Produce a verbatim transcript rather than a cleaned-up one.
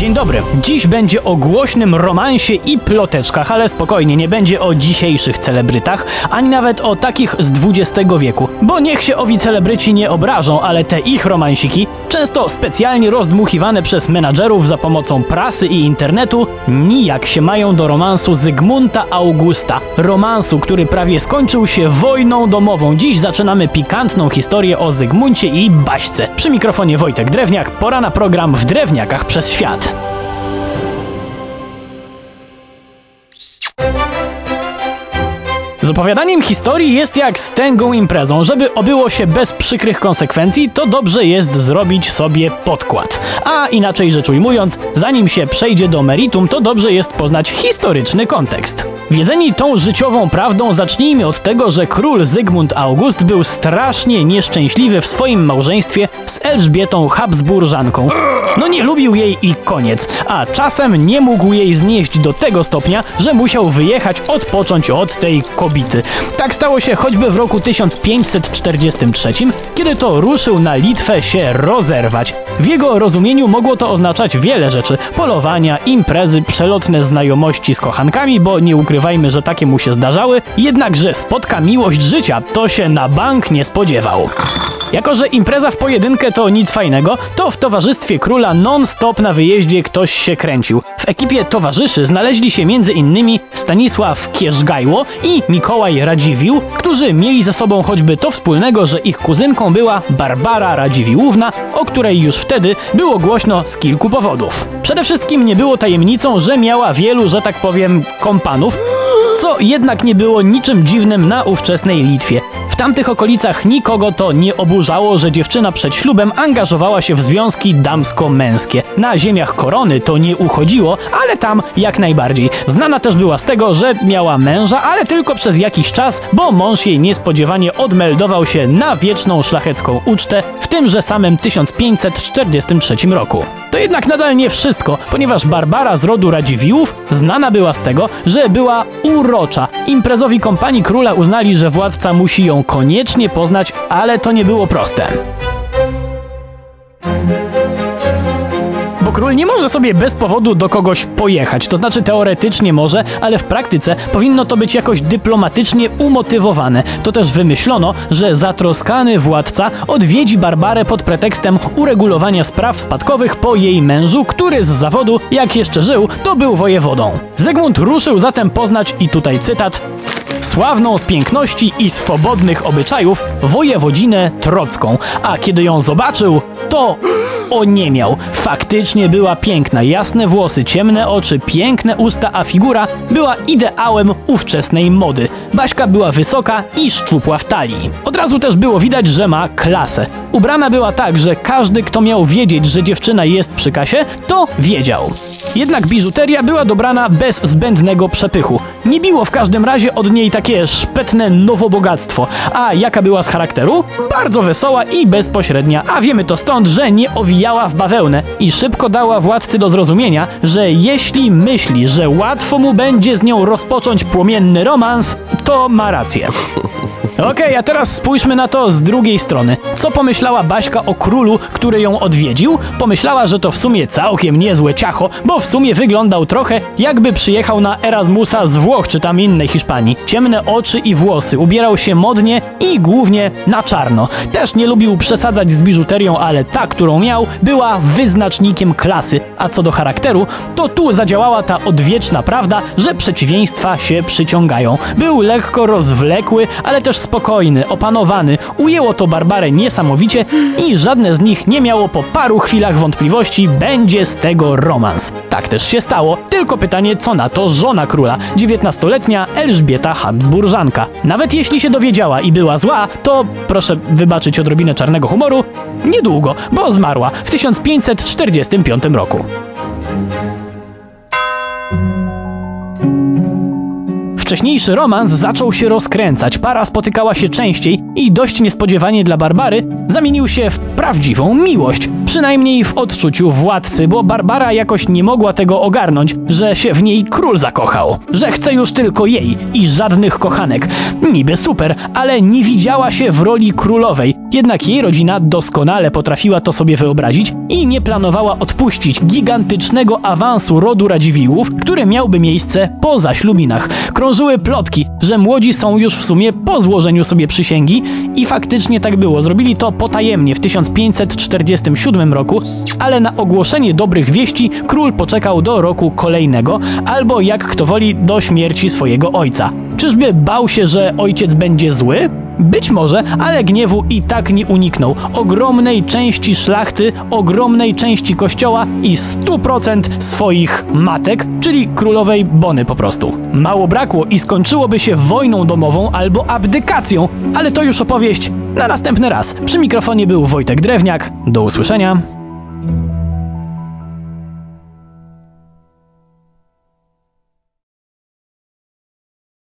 Dzień dobry. Dziś będzie o głośnym romansie i ploteczkach, ale spokojnie, nie będzie o dzisiejszych celebrytach, ani nawet o takich z dwudziestego wieku. Bo niech się owi celebryci nie obrażą, ale te ich romansiki, często specjalnie rozdmuchiwane przez menadżerów za pomocą prasy i internetu, nijak się mają do romansu Zygmunta Augusta. Romansu, który prawie skończył się wojną domową. Dziś zaczynamy pikantną historię o Zygmuncie i Baśce. Przy mikrofonie Wojtek Drewniak, pora na program W Drewniakach przez świat. Z opowiadaniem historii jest jak z tęgą imprezą. Żeby obyło się bez przykrych konsekwencji, to dobrze jest zrobić sobie podkład. A inaczej rzecz ujmując, zanim się przejdzie do meritum, to dobrze jest poznać historyczny kontekst. Wiedzeni tą życiową prawdą, zacznijmy od tego, że król Zygmunt August był strasznie nieszczęśliwy w swoim małżeństwie z Elżbietą Habsburżanką. No nie lubił jej i koniec, a czasem nie mógł jej znieść do tego stopnia, że musiał wyjechać odpocząć od tej kobiety. Tak stało się choćby w roku tysiąc pięćset czterdziestym trzecim, kiedy to ruszył na Litwę się rozerwać. W jego rozumieniu mogło to oznaczać wiele rzeczy. Polowania, imprezy, przelotne znajomości z kochankami, bo nie ukrywajmy, że takie mu się zdarzały, jednakże spotka miłość życia, to się na bank nie spodziewał. Jako że impreza w pojedynkę to nic fajnego, to w towarzystwie króla non-stop na wyjeździe ktoś się kręcił. W ekipie towarzyszy znaleźli się między innymi Stanisław Kierzgajło i Mikołaj Radziwiłł, którzy mieli ze sobą choćby to wspólnego, że ich kuzynką była Barbara Radziwiłłówna, o której już wtedy było głośno z kilku powodów. Przede wszystkim nie było tajemnicą, że miała wielu, że tak powiem, kompanów, co jednak nie było niczym dziwnym na ówczesnej Litwie. W tamtych okolicach nikogo to nie oburzało, że dziewczyna przed ślubem angażowała się w związki damsko-męskie. Na ziemiach korony to nie uchodziło, ale tam jak najbardziej. Znana też była z tego, że miała męża, ale tylko przez jakiś czas, bo mąż jej niespodziewanie odmeldował się na wieczną szlachecką ucztę w tymże samym tysiąc pięćset czterdziestym trzecim roku. To jednak nadal nie wszystko, ponieważ Barbara z rodu Radziwiłłów znana była z tego, że była urocza. Imprezowi kompanii króla uznali, że władca musi ją koniecznie poznać, ale to nie było proste. Bo król nie może sobie bez powodu do kogoś pojechać, to znaczy teoretycznie może, ale w praktyce powinno to być jakoś dyplomatycznie umotywowane. To też wymyślono, że zatroskany władca odwiedzi Barbarę pod pretekstem uregulowania spraw spadkowych po jej mężu, który z zawodu, jak jeszcze żył, to był wojewodą. Zygmunt ruszył zatem poznać, i tutaj cytat, sławną z piękności i swobodnych obyczajów wojewodzinę trocką, a kiedy ją zobaczył, to oniemiał. Faktycznie była piękna, jasne włosy, ciemne oczy, piękne usta, a figura była ideałem ówczesnej mody. Baśka była wysoka i szczupła w talii. Od razu też było widać, że ma klasę. Ubrana była tak, że każdy, kto miał wiedzieć, że dziewczyna jest przy kasie, to wiedział. Jednak biżuteria była dobrana bez zbędnego przepychu. Nie biło w każdym razie od niej takie szpetne nowobogactwo. A jaka była z charakteru? Bardzo wesoła i bezpośrednia, a wiemy to stąd, że nie owijała w bawełnę i szybko dała władcy do zrozumienia, że jeśli myśli, że łatwo mu będzie z nią rozpocząć płomienny romans, to ma rację. Okej, okay, a teraz spójrzmy na to z drugiej strony. Co pomyślała Baśka o królu, który ją odwiedził? Pomyślała, że to w sumie całkiem niezłe ciacho, bo w sumie wyglądał trochę, jakby przyjechał na Erasmusa z Włoch czy tam innej Hiszpanii. Ciemne oczy i włosy, ubierał się modnie i głównie na czarno. Też nie lubił przesadzać z biżuterią, ale ta, którą miał, była wyznacznikiem klasy. A co do charakteru, to tu zadziałała ta odwieczna prawda, że przeciwieństwa się przyciągają. Był lekko rozwlekły, ale też spokojny, opanowany. Ujęło to Barbarę niesamowicie i żadne z nich nie miało po paru chwilach wątpliwości, będzie z tego romans. Tak też się stało, tylko pytanie, co na to żona króla, dziewiętnastoletnia Elżbieta Habsburżanka. Nawet jeśli się dowiedziała i była zła, to, proszę wybaczyć odrobinę czarnego humoru, niedługo, bo zmarła w tysiąc pięćset czterdziestym piątym roku. Wcześniejszy romans zaczął się rozkręcać, para spotykała się częściej i dość niespodziewanie dla Barbary zamienił się w prawdziwą miłość. Przynajmniej w odczuciu władcy, bo Barbara jakoś nie mogła tego ogarnąć, że się w niej król zakochał. Że chce już tylko jej i żadnych kochanek. Niby super, ale nie widziała się w roli królowej. Jednak jej rodzina doskonale potrafiła to sobie wyobrazić i nie planowała odpuścić gigantycznego awansu rodu Radziwiłłów, który miałby miejsce po zaślubinach. Krążyły plotki, że młodzi są już w sumie po złożeniu sobie przysięgi i faktycznie tak było. Zrobili to potajemnie w tysiąc pięćset czterdziestym siódmym roku, ale na ogłoszenie dobrych wieści król poczekał do roku kolejnego, albo jak kto woli, do śmierci swojego ojca. Czyżby bał się, że ojciec będzie zły? Być może, ale gniewu i tak nie uniknął. Ogromnej części szlachty, ogromnej części kościoła i stu procent swoich matek, czyli królowej Bony po prostu. Mało brakło i skończyłoby się wojną domową albo abdykacją, ale to już opowieść na następny raz. Przy mikrofonie był Wojtek Drewniak. Do usłyszenia.